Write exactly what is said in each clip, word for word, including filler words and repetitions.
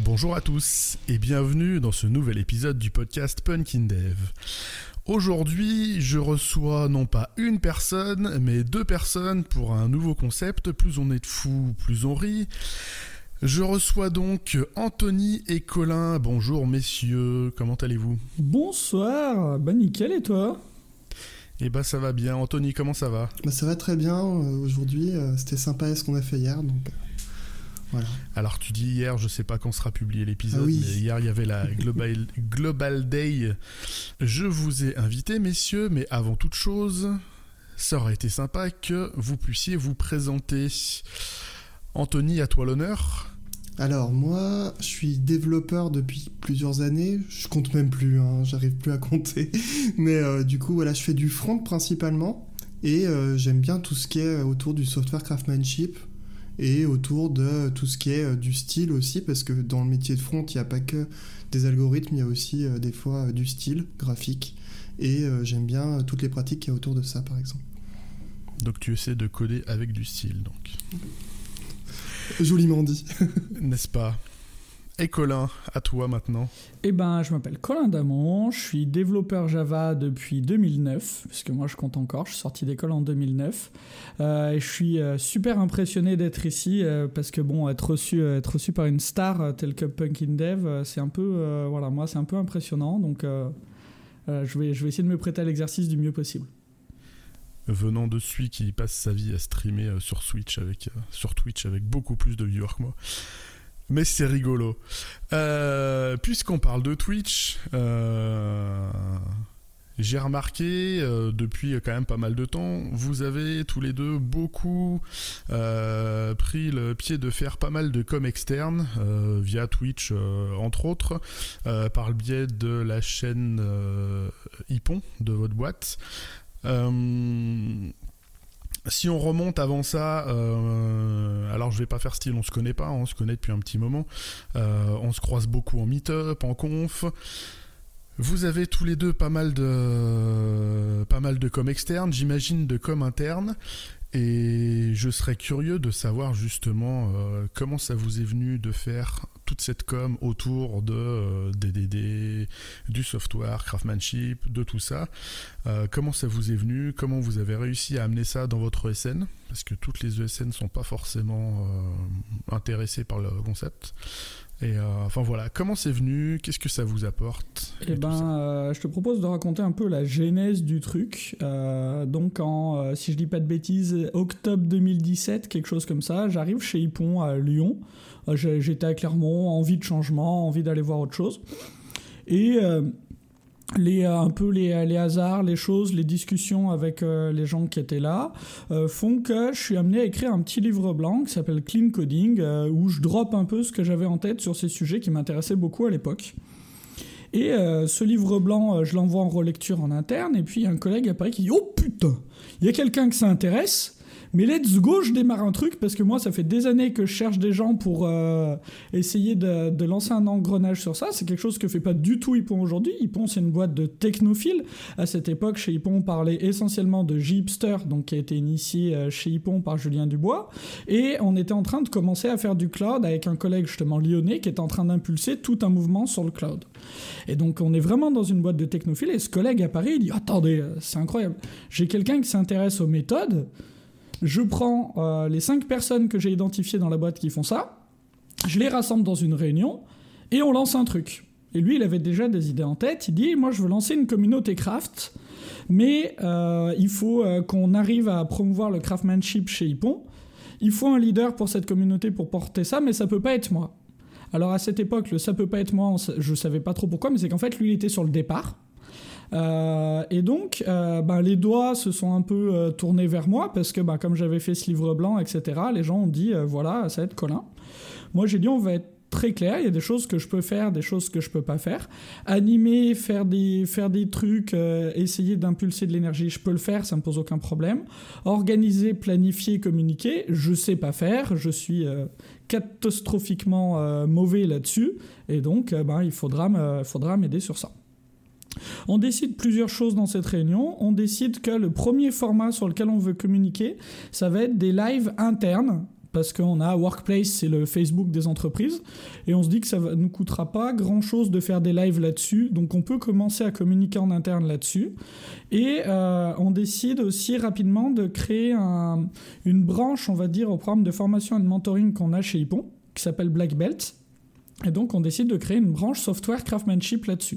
Bonjour à tous et bienvenue dans ce nouvel épisode du podcast Punkin Dev. Aujourd'hui, je reçois non pas une personne, mais deux personnes pour un nouveau concept. Plus on est de fous, plus on rit. Je reçois donc Anthony et Colin. Bonjour messieurs, comment allez-vous ? Bonsoir, bah nickel et toi ? Eh bah ça va bien. Anthony, comment ça va ? Bah ça va très bien, euh, aujourd'hui, euh, c'était sympa ce qu'on a fait hier, donc... Euh... Voilà. Alors tu dis hier, je sais pas quand sera publié l'épisode, ah oui. mais hier il y avait la Global, Global Day. Je vous ai invité messieurs, mais avant toute chose, ça aurait été sympa que vous puissiez vous présenter. Anthony, à toi l'honneur. Alors moi, je suis développeur depuis plusieurs années, je compte même plus, hein, j'arrive plus à compter, mais euh, du coup voilà, je fais du front principalement, et euh, j'aime bien tout ce qui est autour du software craftsmanship, et autour de tout ce qui est du style aussi, parce que dans le métier de front, il n'y a pas que des algorithmes, il y a aussi euh, des fois euh, du style graphique, et euh, j'aime bien euh, toutes les pratiques qu'il y a autour de ça, par exemple. Donc tu essaies de coder avec du style, donc. Joliment dit. N'est-ce pas ? Et Colin, à toi maintenant. Eh ben, je m'appelle Colin Damon, je suis développeur Java depuis deux mille neuf, parce que moi je compte encore, je suis sorti d'école en deux mille neuf, euh, et je suis euh, super impressionné d'être ici, euh, parce que bon, être reçu, euh, être reçu par une star euh, telle que Punkin Dev, euh, c'est un peu, euh, voilà, moi c'est un peu impressionnant, donc euh, euh, je vais, je vais essayer de me prêter à l'exercice du mieux possible. Venant de celui qui passe sa vie à streamer euh, sur Switch avec, euh, sur Twitch avec beaucoup plus de viewers que moi. Mais c'est rigolo. Euh, puisqu'on parle de Twitch, euh, j'ai remarqué euh, depuis quand même pas mal de temps, vous avez tous les deux beaucoup euh, pris le pied de faire pas mal de com externes euh, via Twitch euh, entre autres, euh, par le biais de la chaîne euh, Ipon de votre boîte. Euh, Si on remonte avant ça, euh, alors je vais pas faire style, on se connaît pas, on se connaît depuis un petit moment, euh, on se croise beaucoup en meet-up, en conf. Vous avez tous les deux pas mal de, pas mal de com externe, j'imagine de com interne, et je serais curieux de savoir justement euh, comment ça vous est venu de faire toute cette com autour de euh, D D D, du software, craftsmanship, de tout ça. Euh, comment ça vous est venu ? Comment vous avez réussi à amener ça dans votre E S N ? Parce que toutes les E S N ne sont pas forcément euh, intéressées par le concept. Et euh, enfin voilà, comment c'est venu ? Qu'est-ce que ça vous apporte ? Eh ben, euh, je te propose de raconter un peu la genèse du truc. Euh, donc, en, euh, si je dis pas de bêtises, octobre deux mille dix-sept, quelque chose comme ça, j'arrive chez Ipon à Lyon. Euh, j'étais à Clermont, envie de changement, envie d'aller voir autre chose. Et euh, les, un peu les, les hasards, les choses, les discussions avec euh, les gens qui étaient là euh, font que je suis amené à écrire un petit livre blanc qui s'appelle Clean Coding, euh, où je drop un peu ce que j'avais en tête sur ces sujets qui m'intéressaient beaucoup à l'époque. Et euh, ce livre blanc, euh, je l'envoie en relecture en interne, et puis un collègue apparaît qui dit « Oh putain, il y a quelqu'un que ça intéresse !» Mais let's go, je démarre un truc, parce que moi, ça fait des années que je cherche des gens pour euh, essayer de, de lancer un engrenage sur ça. C'est quelque chose que fait pas du tout Ipon aujourd'hui. Ipon, c'est une boîte de technophiles. À cette époque, chez Ipon, on parlait essentiellement de Jeepster, donc qui a été initié euh, chez Ipon par Julien Dubois. Et on était en train de commencer à faire du cloud avec un collègue justement lyonnais qui est en train d'impulser tout un mouvement sur le cloud. Et donc, on est vraiment dans une boîte de technophiles, et ce collègue apparaît, il dit « Attendez, c'est incroyable. J'ai quelqu'un qui s'intéresse aux méthodes. » Je prends euh, les cinq personnes que j'ai identifiées dans la boîte qui font ça, je les rassemble dans une réunion, et on lance un truc. Et lui, il avait déjà des idées en tête. Il dit, moi, je veux lancer une communauté craft, mais euh, il faut euh, qu'on arrive à promouvoir le craftsmanship chez Ipon. Il faut un leader pour cette communauté pour porter ça, mais ça peut pas être moi. Alors, à cette époque, le ça peut pas être moi, je savais pas trop pourquoi, mais c'est qu'en fait, lui, il était sur le départ. Euh, et donc, euh, ben, les doigts se sont un peu euh, tournés vers moi parce que ben, comme j'avais fait ce livre blanc, et cetera, les gens ont dit, euh, voilà, ça va être Colin. Moi, j'ai dit, on va être très clair, il y a des choses que je peux faire, des choses que je peux pas faire. Animer, faire des, faire des trucs, euh, essayer d'impulser de l'énergie, je peux le faire, ça me pose aucun problème. Organiser, planifier, communiquer, je sais pas faire, je suis euh, catastrophiquement euh, mauvais là-dessus, et donc euh, ben, il faudra, me, faudra m'aider sur ça. On décide plusieurs choses dans cette réunion. On décide que le premier format sur lequel on veut communiquer, ça va être des lives internes parce qu'on a Workplace, c'est le Facebook des entreprises, et on se dit que ça ne nous coûtera pas grand-chose de faire des lives là-dessus, donc on peut commencer à communiquer en interne là-dessus. Et euh, on décide aussi rapidement de créer un, une branche, on va dire, au programme de formation et de mentoring qu'on a chez Hippon, qui s'appelle Black Belt. Et donc on décide de créer une branche software craftsmanship là-dessus.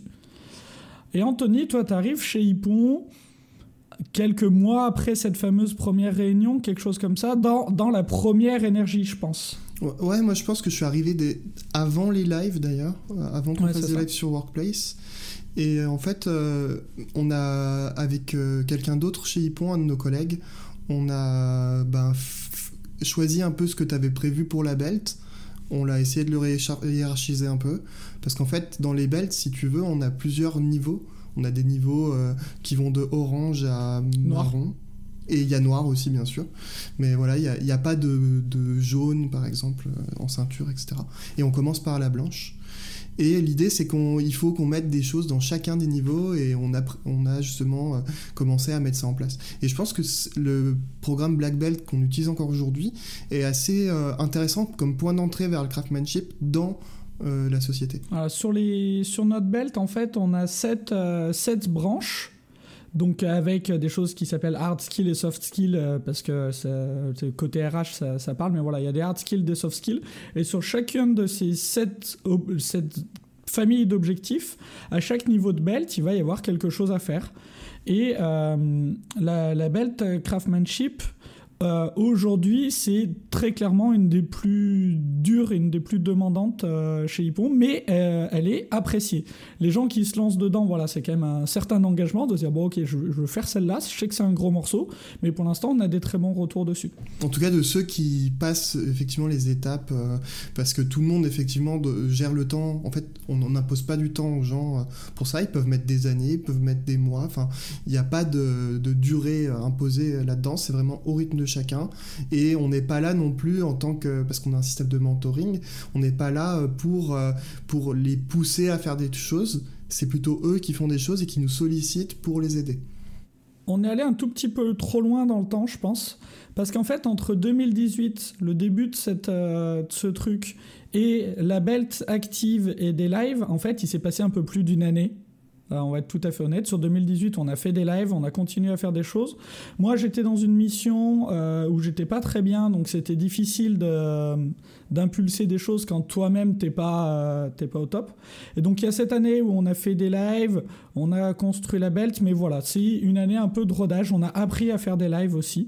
Et Anthony, toi, tu arrives chez Hippon quelques mois après cette fameuse première réunion, quelque chose comme ça, dans, dans la première énergie, je pense. Ouais, moi je pense que je suis arrivé des... avant les lives d'ailleurs, avant qu'on ouais, fasse des lives sur Workplace. Et euh, en fait, euh, on a, avec euh, quelqu'un d'autre chez Hippon, un de nos collègues, on a ben, f- choisi un peu ce que tu avais prévu pour la belt. On l'a essayé de le hiérarchiser un peu. Parce qu'en fait, dans les belts, si tu veux, on a plusieurs niveaux. On a des niveaux euh, qui vont de orange à noir. Marron. Et il y a noir aussi, bien sûr. Mais voilà, il n'y a, a pas de, de jaune, par exemple, euh, en ceinture, et cetera. Et on commence par la blanche. Et l'idée, c'est qu'il faut qu'on mette des choses dans chacun des niveaux, et on a, on a justement euh, commencé à mettre ça en place. Et je pense que le programme Black Belt qu'on utilise encore aujourd'hui est assez euh, intéressant comme point d'entrée vers le craftsmanship dans euh, la société. Alors, sur, les, sur notre belt, en fait, on a sept, euh, sept branches. Donc avec des choses qui s'appellent hard skills et soft skills, euh, parce que ça, côté R H ça, ça parle, mais voilà, il y a des hard skills, des soft skills, et sur chacune de ces sept, cette famille d'objectifs, à chaque niveau de belt, il va y avoir quelque chose à faire. Et euh, la, la belt craftsmanship, euh, aujourd'hui, c'est très clairement une des plus dures et une des plus demandantes euh, chez Hippon, mais euh, elle est appréciée. Les gens qui se lancent dedans, voilà, c'est quand même un certain engagement de se dire bon, ok, je, je veux faire celle-là. Je sais que c'est un gros morceau, mais pour l'instant, on a des très bons retours dessus. En tout cas, de ceux qui passent effectivement les étapes, euh, parce que tout le monde effectivement de, gère le temps. En fait, on n'impose pas du temps aux gens euh, pour ça. Ils peuvent mettre des années, ils peuvent mettre des mois. Enfin, il n'y a pas de, de durée euh, imposée là-dedans. C'est vraiment au rythme de chacun. Et on n'est pas là non plus en tant que, parce qu'on a un système de mentoring, on n'est pas là pour, pour les pousser à faire des choses. C'est plutôt eux qui font des choses et qui nous sollicitent pour les aider. On est allé un tout petit peu trop loin dans le temps, je pense, parce qu'en fait, entre deux mille dix-huit, le début de, cette, euh, de ce truc, et la belt active et des lives, en fait, il s'est passé un peu plus d'une année. On va être tout à fait honnête. Sur deux mille dix-huit, on a fait des lives, on a continué à faire des choses. Moi, j'étais dans une mission euh, où j'étais pas très bien, donc c'était difficile de, d'impulser des choses quand toi-même t'es pas, euh, t'es pas au top. Et donc, il y a cette année où on a fait des lives, on a construit la belt, mais voilà, c'est une année un peu de rodage. On a appris à faire des lives aussi.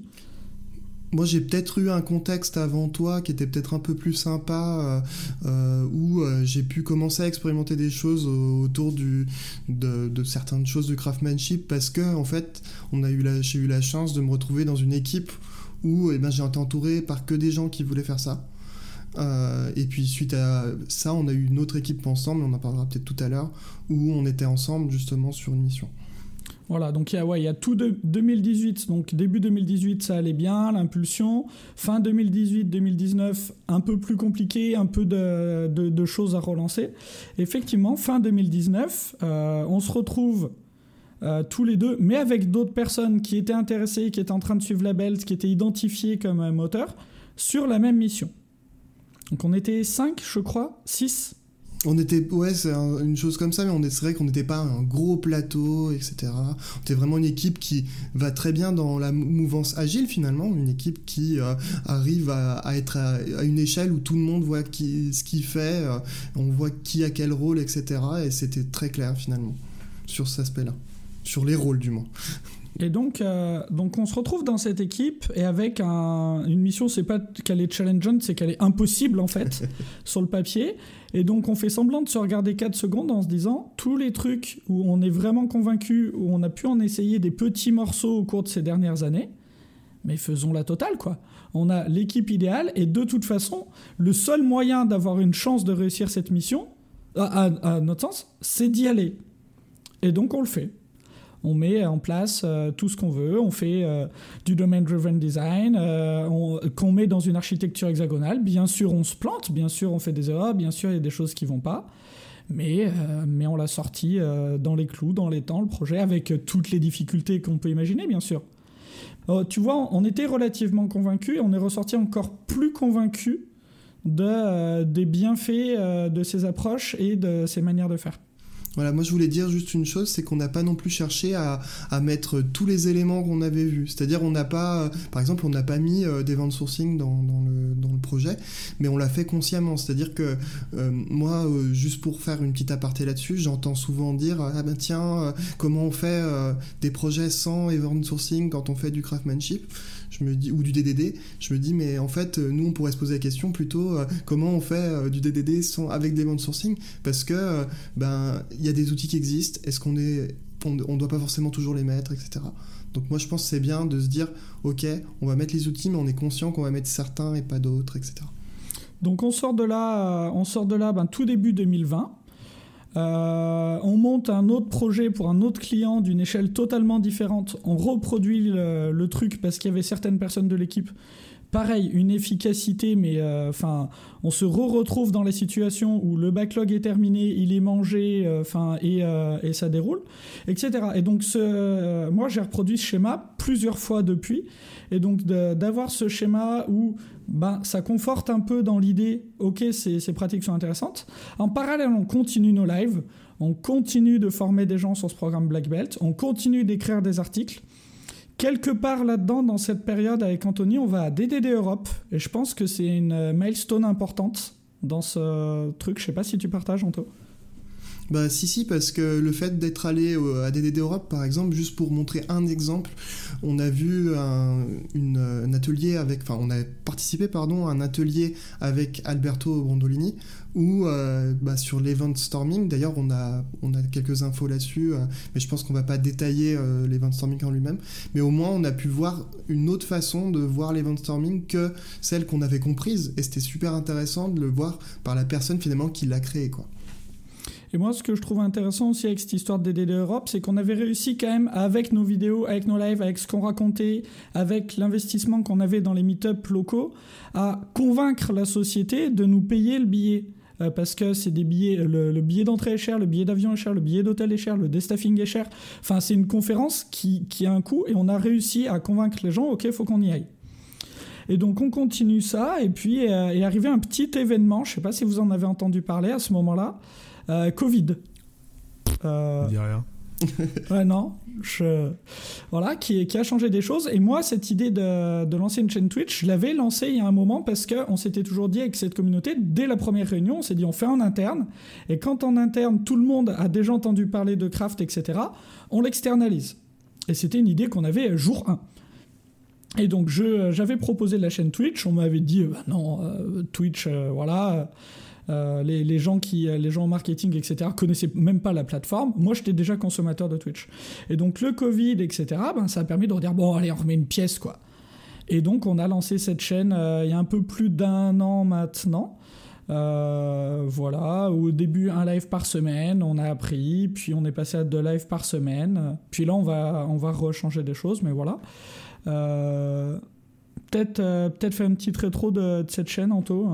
Moi, j'ai peut-être eu un contexte avant toi qui était peut-être un peu plus sympa, euh, euh, où euh, j'ai pu commencer à expérimenter des choses autour du, de, de certaines choses du craftsmanship, parce que en fait, on a eu la, j'ai eu la chance de me retrouver dans une équipe où eh ben, j'ai été entouré par que des gens qui voulaient faire ça. Euh, et puis suite à ça, on a eu une autre équipe ensemble, on en parlera peut-être tout à l'heure, où on était ensemble justement sur une mission. Voilà, donc il y a, ouais, il y a tout de deux mille dix-huit, donc début deux mille dix-huit, ça allait bien, l'impulsion. Fin deux mille dix-huit deux mille dix-neuf, un peu plus compliqué, un peu de, de, de choses à relancer. Effectivement, fin deux mille dix-neuf, euh, on se retrouve euh, tous les deux, mais avec d'autres personnes qui étaient intéressées, qui étaient en train de suivre la belt, qui étaient identifiées comme un moteur, sur la même mission. Donc on était cinq, je crois, six. On était, ouais, c'est un, une chose comme ça, mais on est, c'est vrai qu'on n'était pas un gros plateau, et cetera. On était vraiment une équipe qui va très bien dans la mouvance agile, finalement, une équipe qui euh, arrive à, à être à, à une échelle où tout le monde voit qui, ce qu'il fait, euh, on voit qui a quel rôle, et cetera. Et c'était très clair, finalement, sur cet aspect-là. Sur les rôles, du moins. Et donc, euh, donc on se retrouve dans cette équipe et avec un, une mission, c'est pas qu'elle est challengeante, c'est qu'elle est impossible en fait sur le papier. Et donc on fait semblant de se regarder quatre secondes en se disant tous les trucs où on est vraiment convaincu, où on a pu en essayer des petits morceaux au cours de ces dernières années, mais faisons la totale quoi. On a l'équipe idéale et de toute façon, le seul moyen d'avoir une chance de réussir cette mission, à, à, à notre sens, c'est d'y aller. Et donc on le fait. On met en place euh, tout ce qu'on veut, on fait euh, du domain-driven design, euh, on, qu'on met dans une architecture hexagonale. Bien sûr, on se plante, bien sûr, on fait des erreurs, bien sûr, il y a des choses qui ne vont pas. Mais, euh, mais on l'a sorti euh, dans les clous, dans les temps, le projet, avec toutes les difficultés qu'on peut imaginer, bien sûr. Euh, tu vois, on était relativement convaincus et on est ressorti encore plus convaincus de, euh, des bienfaits euh, de ces approches et de ces manières de faire. Voilà, moi je voulais dire juste une chose, c'est qu'on n'a pas non plus cherché à, à mettre tous les éléments qu'on avait vus. C'est-à-dire on n'a pas, euh, par exemple, on n'a pas mis euh, d'event sourcing dans, dans, le, dans le projet, mais on l'a fait consciemment. C'est-à-dire que euh, moi, euh, juste pour faire une petite aparté là-dessus, j'entends souvent dire ah ben tiens, euh, comment on fait euh, des projets sans event sourcing quand on fait du craftsmanship. Je me dis, ou du D D D, je me dis mais en fait nous on pourrait se poser la question plutôt euh, comment on fait euh, du D D D sans, avec des event sourcing, parce que euh, ben il y a des outils qui existent, est-ce qu'on est on, on doit pas forcément toujours les mettre, etc. Donc moi je pense que c'est bien de se dire ok, on va mettre les outils mais on est conscient qu'on va mettre certains et pas d'autres, etc. Donc on sort de là, on sort de là ben, tout début deux mille vingt. Euh, on monte un autre projet pour un autre client d'une échelle totalement différente. On reproduit le, le truc parce qu'il y avait certaines personnes de l'équipe. Pareil, une efficacité, mais enfin, euh, on se re-retrouve dans la situation où le backlog est terminé, il est mangé, enfin, euh, et, euh, et ça déroule, et cetera. Et donc, ce, euh, moi, j'ai reproduit ce schéma plusieurs fois depuis, et donc de, d'avoir ce schéma où ben, ça conforte un peu dans l'idée, ok, ces, ces pratiques sont intéressantes. En parallèle, on continue nos lives, on continue de former des gens sur ce programme Black Belt, on continue d'écrire des articles. Quelque part là-dedans, dans cette période avec Anthony, on va à D D D Europe, et je pense que c'est une milestone importante dans ce truc. Je sais pas si tu partages, Anto. Bah si si, parce que le fait d'être allé à D D D Europe par exemple, juste pour montrer un exemple, on a vu un, une, un atelier avec, enfin on a participé pardon à un atelier avec Alberto Brandolini où euh, bah, sur l'event storming, d'ailleurs on a, on a quelques infos là-dessus, euh, mais je pense qu'on va pas détailler euh, l'event storming en lui-même, mais au moins on a pu voir une autre façon de voir l'event storming que celle qu'on avait comprise, et c'était super intéressant de le voir par la personne finalement qui l'a créé, quoi. Et moi, ce que je trouve intéressant aussi avec cette histoire de D D D Europe, c'est qu'on avait réussi quand même, avec nos vidéos, avec nos lives, avec ce qu'on racontait, avec l'investissement qu'on avait dans les meet-up locaux, à convaincre la société de nous payer le billet. Euh, parce que c'est des billets, le, le billet d'entrée est cher, le billet d'avion est cher, le billet d'hôtel est cher, le déstaffing est cher. Enfin, c'est une conférence qui, qui a un coût, et on a réussi à convaincre les gens, ok, il faut qu'on y aille. Et donc on continue ça, et puis euh, est arrivé un petit événement, je ne sais pas si vous en avez entendu parler à ce moment-là, Euh, Covid. Euh... Dis rien. ouais, non. Je... Voilà, qui, qui a changé des choses. Et moi, cette idée de, de lancer une chaîne Twitch, je l'avais lancée il y a un moment parce qu'on s'était toujours dit avec cette communauté, dès la première réunion, on s'est dit on fait en interne. Et quand en interne, tout le monde a déjà entendu parler de craft, et cetera, on l'externalise. Et c'était une idée qu'on avait jour un. Et donc, je, j'avais proposé la chaîne Twitch. On m'avait dit, bah non, euh, Twitch, euh, voilà... Euh, les, les gens qui, les gens en marketing, et cetera, connaissaient même pas la plateforme. Moi, j'étais déjà consommateur de Twitch. Et donc, le Covid, et cetera, ben, ça a permis de redire, bon, allez, on remet une pièce, quoi. Et donc, on a lancé cette chaîne euh, il y a un peu plus d'un an maintenant. Euh, voilà, au début, un live par semaine, on a appris, puis on est passé à deux lives par semaine. Puis là, on va, on va rechanger des choses, mais voilà. Euh, peut-être, euh, peut-être faire une petite rétro de, de cette chaîne, Anto.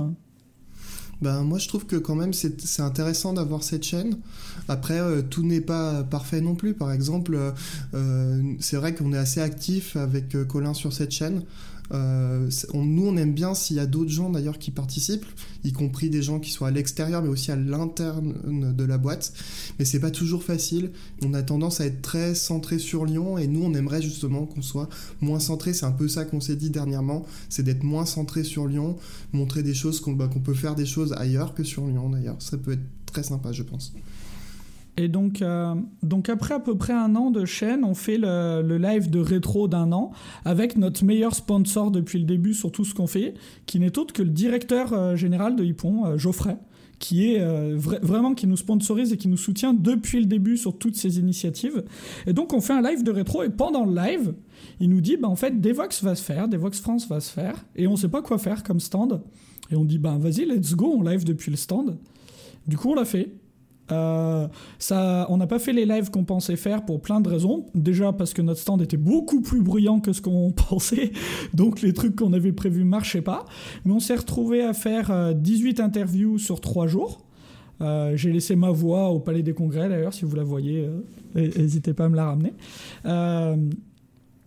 Ben, moi je trouve que quand même c'est, c'est intéressant d'avoir cette chaîne. Après euh, tout n'est pas parfait non plus. Par exemple euh, c'est vrai qu'on est assez actif avec euh, Colin sur cette chaîne. Euh, on, nous on aime bien s'il y a d'autres gens d'ailleurs qui participent, y compris des gens qui sont à l'extérieur mais aussi à l'interne de la boîte, mais c'est pas toujours facile. On a tendance à être très centré sur Lyon, et nous on aimerait justement qu'on soit moins centré. C'est un peu ça qu'on s'est dit dernièrement, c'est d'être moins centré sur Lyon, montrer des choses qu'on, bah, qu'on peut faire des choses ailleurs que sur Lyon d'ailleurs. Ça peut être très sympa, je pense. Et donc, euh, donc après à peu près un an de chaîne, on fait le, le live de rétro d'un an avec notre meilleur sponsor depuis le début sur tout ce qu'on fait, qui n'est autre que le directeur euh, général de Hippon, euh, Geoffrey, qui est euh, vra- vraiment qui nous sponsorise et qui nous soutient depuis le début sur toutes ces initiatives. Et donc on fait un live de rétro, et pendant le live, il nous dit bah, en fait Devox va se faire, Devox France va se faire, et on ne sait pas quoi faire comme stand. Et on dit bah, vas-y, let's go, on live depuis le stand. Du coup on l'a fait. Euh, ça, on n'a pas fait les lives qu'on pensait faire pour plein de raisons. Déjà parce que notre stand était beaucoup plus bruyant que ce qu'on pensait, donc les trucs qu'on avait prévus marchaient pas. Mais on s'est retrouvé à faire euh, dix-huit interviews sur trois jours. Euh, j'ai laissé ma voix au Palais des Congrès d'ailleurs, si vous la voyez, euh, n'hésitez pas à me la ramener. Euh,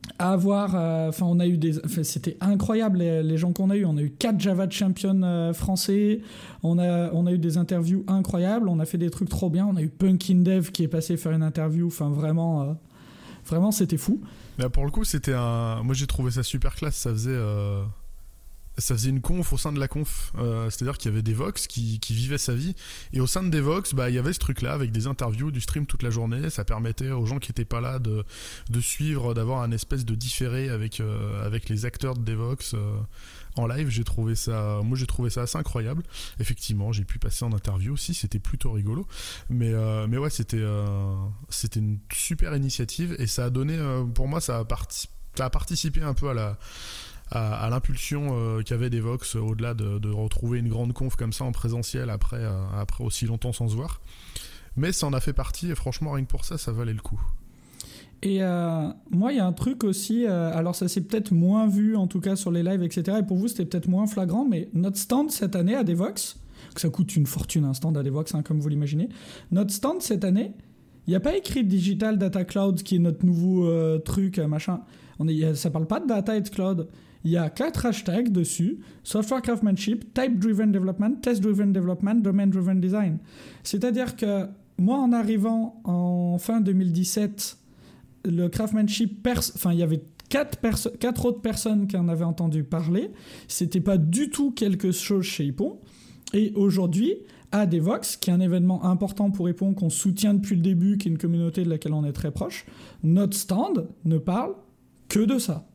à avoir, enfin, euh, on a eu des, c'était incroyable les, les gens qu'on a eu. On a eu quatre Java Champions euh, français. On a, on a eu des interviews incroyables. On a fait des trucs trop bien. On a eu Punkin Dev qui est passé faire une interview. Enfin, vraiment, euh, vraiment, c'était fou. Mais pour le coup, c'était un. Moi, j'ai trouvé ça super classe. Ça faisait. Euh... Ça faisait une conf au sein de la conf, euh, c'est-à-dire qu'il y avait des Vox qui, qui vivaient sa vie, et au sein de des Vox, bah, il y avait ce truc-là avec des interviews, du stream toute la journée. Ça permettait aux gens qui n'étaient pas là de, de suivre, d'avoir un espèce de différé avec, euh, avec les acteurs de Devox euh, en live. J'ai trouvé ça, moi j'ai trouvé ça assez incroyable. Effectivement, j'ai pu passer en interview aussi, c'était plutôt rigolo, mais, euh, mais ouais, c'était, euh, c'était une super initiative, et ça a donné, euh, pour moi, ça a, parti- ça a participé un peu à la À, à l'impulsion euh, qu'avait Devox, euh, au-delà de, de retrouver une grande conf comme ça en présentiel après, euh, après aussi longtemps sans se voir. Mais ça en a fait partie, et franchement, rien que pour ça, ça valait le coup. Et euh, moi, il y a un truc aussi, euh, alors ça s'est peut-être moins vu, en tout cas sur les lives, et cetera. Et pour vous, c'était peut-être moins flagrant, mais notre stand cette année à Devox, que ça coûte une fortune un stand à Devox, hein, comme vous l'imaginez, notre stand cette année, il n'y a pas écrit Digital Data Cloud, qui est notre nouveau euh, truc, machin. On est, ça parle pas de data et de cloud. Il y a quatre hashtags dessus: software craftsmanship, type-driven development, test-driven development, domain-driven design. C'est-à-dire que moi, en arrivant en fin deux mille dix-sept, le craftsmanship, pers- enfin, il y avait quatre, perso- quatre autres personnes qui en avaient entendu parler. C'était pas du tout quelque chose chez Hippon. Et aujourd'hui, à Devox, qui est un événement important pour Hippon, qu'on soutient depuis le début, qui est une communauté de laquelle on est très proche, notre stand ne parle que de ça.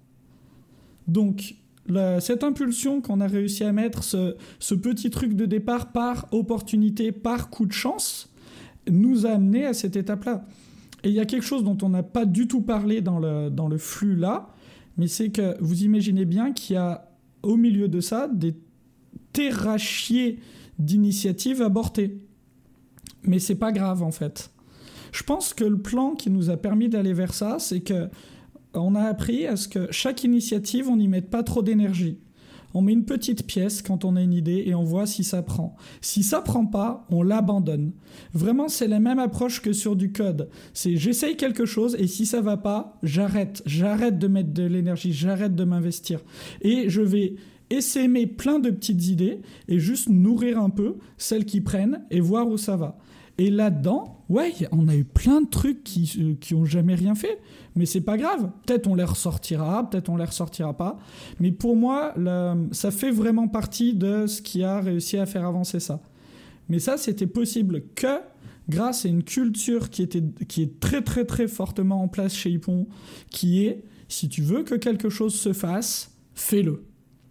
Donc, la, cette impulsion qu'on a réussi à mettre, ce, ce petit truc de départ par opportunité, par coup de chance, nous a amené à cette étape-là. Et il y a quelque chose dont on n'a pas du tout parlé dans le, dans le flux là, mais c'est que vous imaginez bien qu'il y a au milieu de ça des terrachiers d'initiatives abortées. Mais c'est pas grave en fait. Je pense que le plan qui nous a permis d'aller vers ça, c'est que on a appris à ce que chaque initiative, on n'y mette pas trop d'énergie. On met une petite pièce quand on a une idée et on voit si ça prend. Si ça prend pas, on l'abandonne. Vraiment, c'est la même approche que sur du code. C'est j'essaye quelque chose et si ça va pas, j'arrête. J'arrête de mettre de l'énergie, j'arrête de m'investir. Et je vais essaimer plein de petites idées et juste nourrir un peu celles qui prennent et voir où ça va. Et là-dedans, ouais, on a eu plein de trucs qui, euh, qui ont jamais rien fait. Mais c'est pas grave. Peut-être on les ressortira, peut-être on les ressortira pas. Mais pour moi, le, ça fait vraiment partie de ce qui a réussi à faire avancer ça. Mais ça, c'était possible que grâce à une culture qui, était, qui est très très très fortement en place chez Hippon, qui est, si tu veux que quelque chose se fasse, fais-le.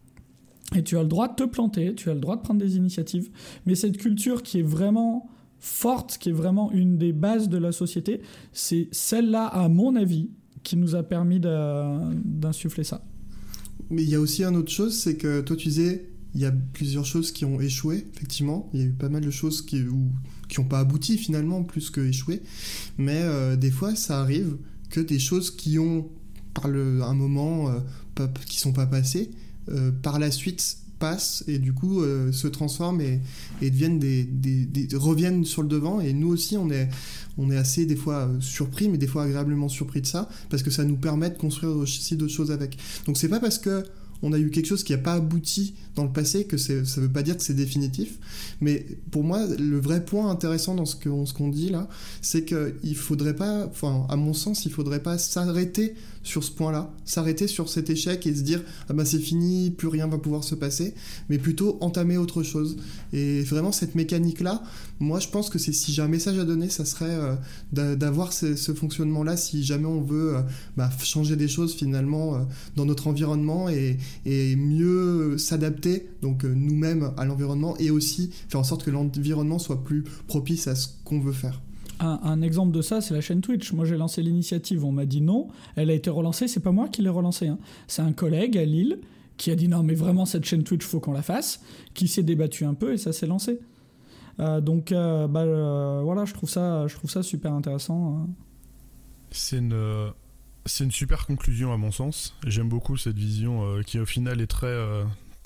Et tu as le droit de te planter, tu as le droit de prendre des initiatives. Mais cette culture qui est vraiment forte, qui est vraiment une des bases de la société, c'est celle-là, à mon avis, qui nous a permis de, d'insuffler ça. Mais il y a aussi une autre chose, c'est que toi tu disais, il y a plusieurs choses qui ont échoué, effectivement. Il y a eu pas mal de choses qui n'ont pas abouti finalement, plus que échoué. Mais euh, des fois, ça arrive que des choses qui ont, par le, un moment, euh, pas, qui sont pas passées, euh, par la suite passent et du coup euh, se transforment et, et deviennent des, des, des, reviennent sur le devant. Et nous aussi on est, on est assez des fois euh, surpris, mais des fois agréablement surpris de ça, parce que ça nous permet de construire aussi d'autres choses avec. Donc c'est pas parce que on a eu quelque chose qui n'a pas abouti dans le passé que c'est, ça veut pas dire que c'est définitif. Mais pour moi, le vrai point intéressant dans ce qu'on, ce qu'on dit là, c'est qu'il faudrait pas, enfin, à mon sens, il faudrait pas s'arrêter sur ce point-là, s'arrêter sur cet échec et se dire ah bah c'est fini, plus rien va pouvoir se passer, mais plutôt entamer autre chose. Et vraiment cette mécanique-là, moi je pense que c'est, si j'ai un message à donner, ça serait euh, d'avoir ce, ce fonctionnement-là si jamais on veut euh, bah, changer des choses finalement euh, dans notre environnement et, et mieux s'adapter donc euh, nous-mêmes à l'environnement et aussi faire en sorte que l'environnement soit plus propice à ce qu'on veut faire. Un, un exemple de ça, c'est la chaîne Twitch. Moi, j'ai lancé l'initiative, on m'a dit non. Elle a été relancée, c'est pas moi qui l'ai relancée. Hein. C'est un collègue à Lille qui a dit non, mais vraiment, cette chaîne Twitch, faut qu'on la fasse, qui s'est débattu un peu et ça s'est lancé. Euh, donc, euh, bah, euh, voilà, je trouve ça, je trouve ça super intéressant. Hein. C'est une, c'est une super conclusion à mon sens. J'aime beaucoup cette vision euh, qui, au final, est très, euh,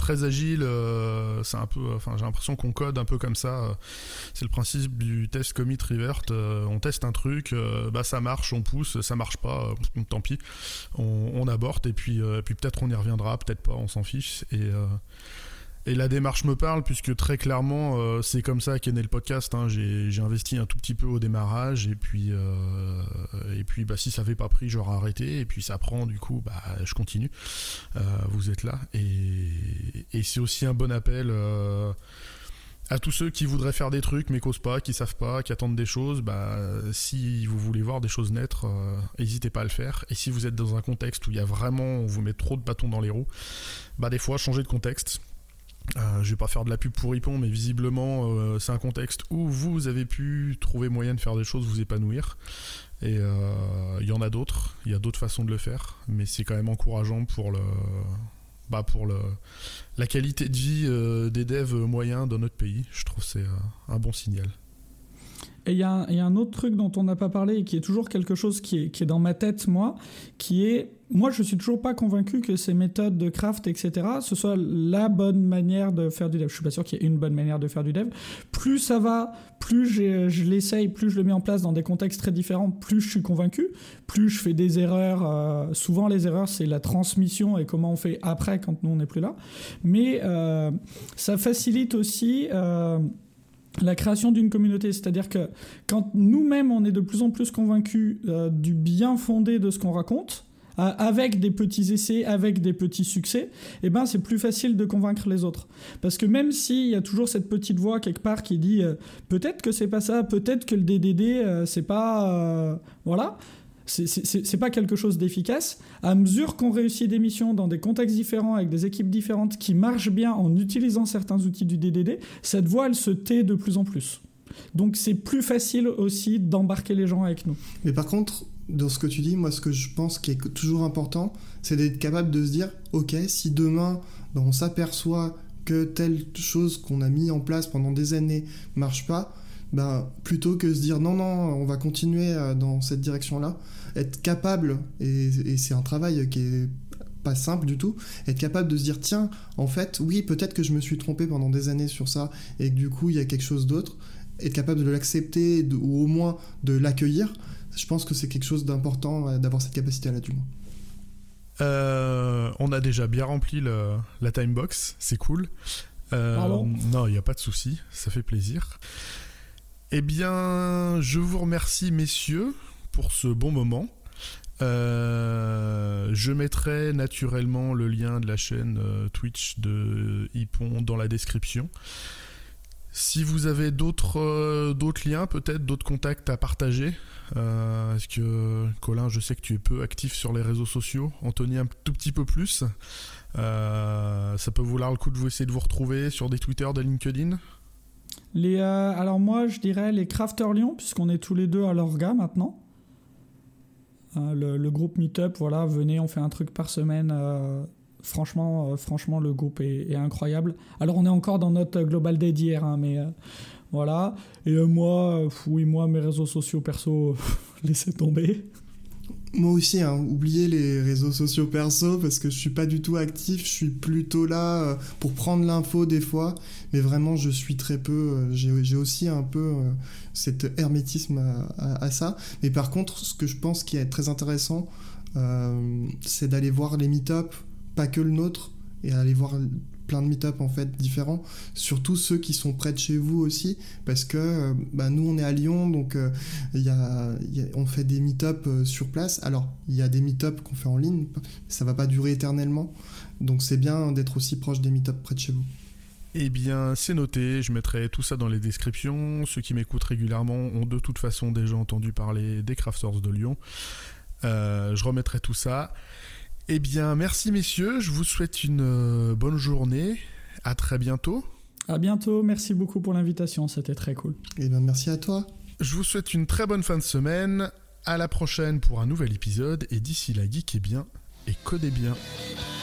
très agile. Euh, c'est un peu, enfin, j'ai l'impression qu'on code un peu comme ça. Euh, c'est le principe du test commit revert. Euh, on teste un truc, euh, bah ça marche, on pousse, ça marche pas, euh, tant pis, on, on aborte et puis, euh, puis peut-être on y reviendra, peut-être pas, on s'en fiche. Et euh, Et la démarche me parle puisque très clairement euh, c'est comme ça qu'est né le podcast. Hein. J'ai, j'ai investi un tout petit peu au démarrage et puis, euh, et puis bah, si ça n'avait pas pris j'aurais arrêté et puis ça prend du coup bah, je continue. Euh, vous êtes là et, et c'est aussi un bon appel euh, à tous ceux qui voudraient faire des trucs mais qui n'osent pas, qui savent pas, qui attendent des choses. Bah, si vous voulez voir des choses naître, euh, n'hésitez pas à le faire. Et si vous êtes dans un contexte où il y a vraiment, on vous met trop de bâtons dans les roues, bah, des fois changez de contexte. Euh, je vais pas faire de la pub pour Ypon, mais visiblement euh, c'est un contexte où vous avez pu trouver moyen de faire des choses, vous épanouir. Et il euh, y en a d'autres, il y a d'autres façons de le faire, mais c'est quand même encourageant pour le, bah pour le, la qualité de vie euh, des devs moyens dans notre pays. Je trouve que c'est euh, un bon signal. Et il y, y a un autre truc dont on n'a pas parlé et qui est toujours quelque chose qui est, qui est dans ma tête, moi, qui est... Moi, je suis toujours pas convaincu que ces méthodes de craft, et cetera, ce soit la bonne manière de faire du dev. Je suis pas sûr qu'il y ait une bonne manière de faire du dev. Plus ça va, plus je, je l'essaye, plus je le mets en place dans des contextes très différents, plus je suis convaincu, plus je fais des erreurs. Euh, souvent, les erreurs, c'est la transmission et comment on fait après quand nous, on n'est plus là. Mais euh, ça facilite aussi... Euh, la création d'une communauté, c'est-à-dire que quand nous-mêmes on est de plus en plus convaincus euh, du bien fondé de ce qu'on raconte, euh, avec des petits essais, avec des petits succès, eh ben c'est plus facile de convaincre les autres. Parce que même s'il y a toujours cette petite voix quelque part qui dit euh, peut-être que c'est pas ça, peut-être que le D D D euh, c'est pas euh, voilà. C'est, c'est, c'est pas quelque chose d'efficace. À mesure qu'on réussit des missions dans des contextes différents, avec des équipes différentes, qui marchent bien en utilisant certains outils du D D D, cette voix, elle se tait de plus en plus. Donc c'est plus facile aussi d'embarquer les gens avec nous. Mais par contre, dans ce que tu dis, moi, ce que je pense qui est toujours important, c'est d'être capable de se dire, ok, si demain, ben, on s'aperçoit que telle chose qu'on a mis en place pendant des années marche pas, ben, plutôt que se dire non, non, on va continuer dans cette direction-là, être capable, et, et c'est un travail qui est pas simple du tout, être capable de se dire tiens, en fait, oui, peut-être que je me suis trompé pendant des années sur ça, et que du coup, il y a quelque chose d'autre, être capable de l'accepter, de, ou au moins de l'accueillir, je pense que c'est quelque chose d'important d'avoir cette capacité-là, du moins. Euh, on a déjà bien rempli le, la timebox, c'est cool. Euh, Pardon ? Non, il n'y a pas de souci, ça fait plaisir. Eh bien, je vous remercie, messieurs, pour ce bon moment. Euh, je mettrai naturellement le lien de la chaîne euh, Twitch de Ypon dans la description. Si vous avez d'autres, euh, d'autres liens, peut-être d'autres contacts à partager, euh, est-ce que, Colin, je sais que tu es peu actif sur les réseaux sociaux, Anthony un tout petit peu plus. Euh, ça peut vouloir le coup de vous essayer de vous retrouver sur des Twitter, des LinkedIn ? Les, euh, alors moi, je dirais les Crafters Lyon, puisqu'on est tous les deux à l'orga maintenant. Euh, le, le groupe Meetup, voilà, venez, on fait un truc par semaine. Euh, franchement, euh, franchement, le groupe est, est incroyable. Alors, on est encore dans notre Global Day d'hier, hein, mais euh, voilà. Et euh, moi, euh, oui, moi, mes réseaux sociaux perso, laissez tomber. Moi aussi, hein, oubliez les réseaux sociaux perso parce que je suis pas du tout actif, je suis plutôt là euh, pour prendre l'info des fois, mais vraiment je suis très peu, euh, j'ai, j'ai aussi un peu euh, cet hermétisme à, à, à ça. Mais par contre, ce que je pense qui est très intéressant, euh, c'est d'aller voir les meet-up, pas que le nôtre, et aller voir plein de meet-up en fait différents, surtout ceux qui sont près de chez vous aussi, parce que euh, bah, nous on est à Lyon, donc euh, y a, y a, on fait des meet-up euh, sur place. Alors il y a des meet-up qu'on fait en ligne, ça va pas durer éternellement, donc c'est bien d'être aussi proche des meet-up près de chez vous. Eh bien, c'est noté, je mettrai tout ça dans les descriptions. Ceux qui m'écoutent régulièrement ont de toute façon déjà entendu parler des Crafters de Lyon. Euh, je remettrai tout ça. Eh bien, merci messieurs, je vous souhaite une euh, bonne journée, à très bientôt. À bientôt, merci beaucoup pour l'invitation, c'était très cool. Eh bien, merci à toi. Je vous souhaite une très bonne fin de semaine, à la prochaine pour un nouvel épisode, et d'ici là, geekez bien et codez bien.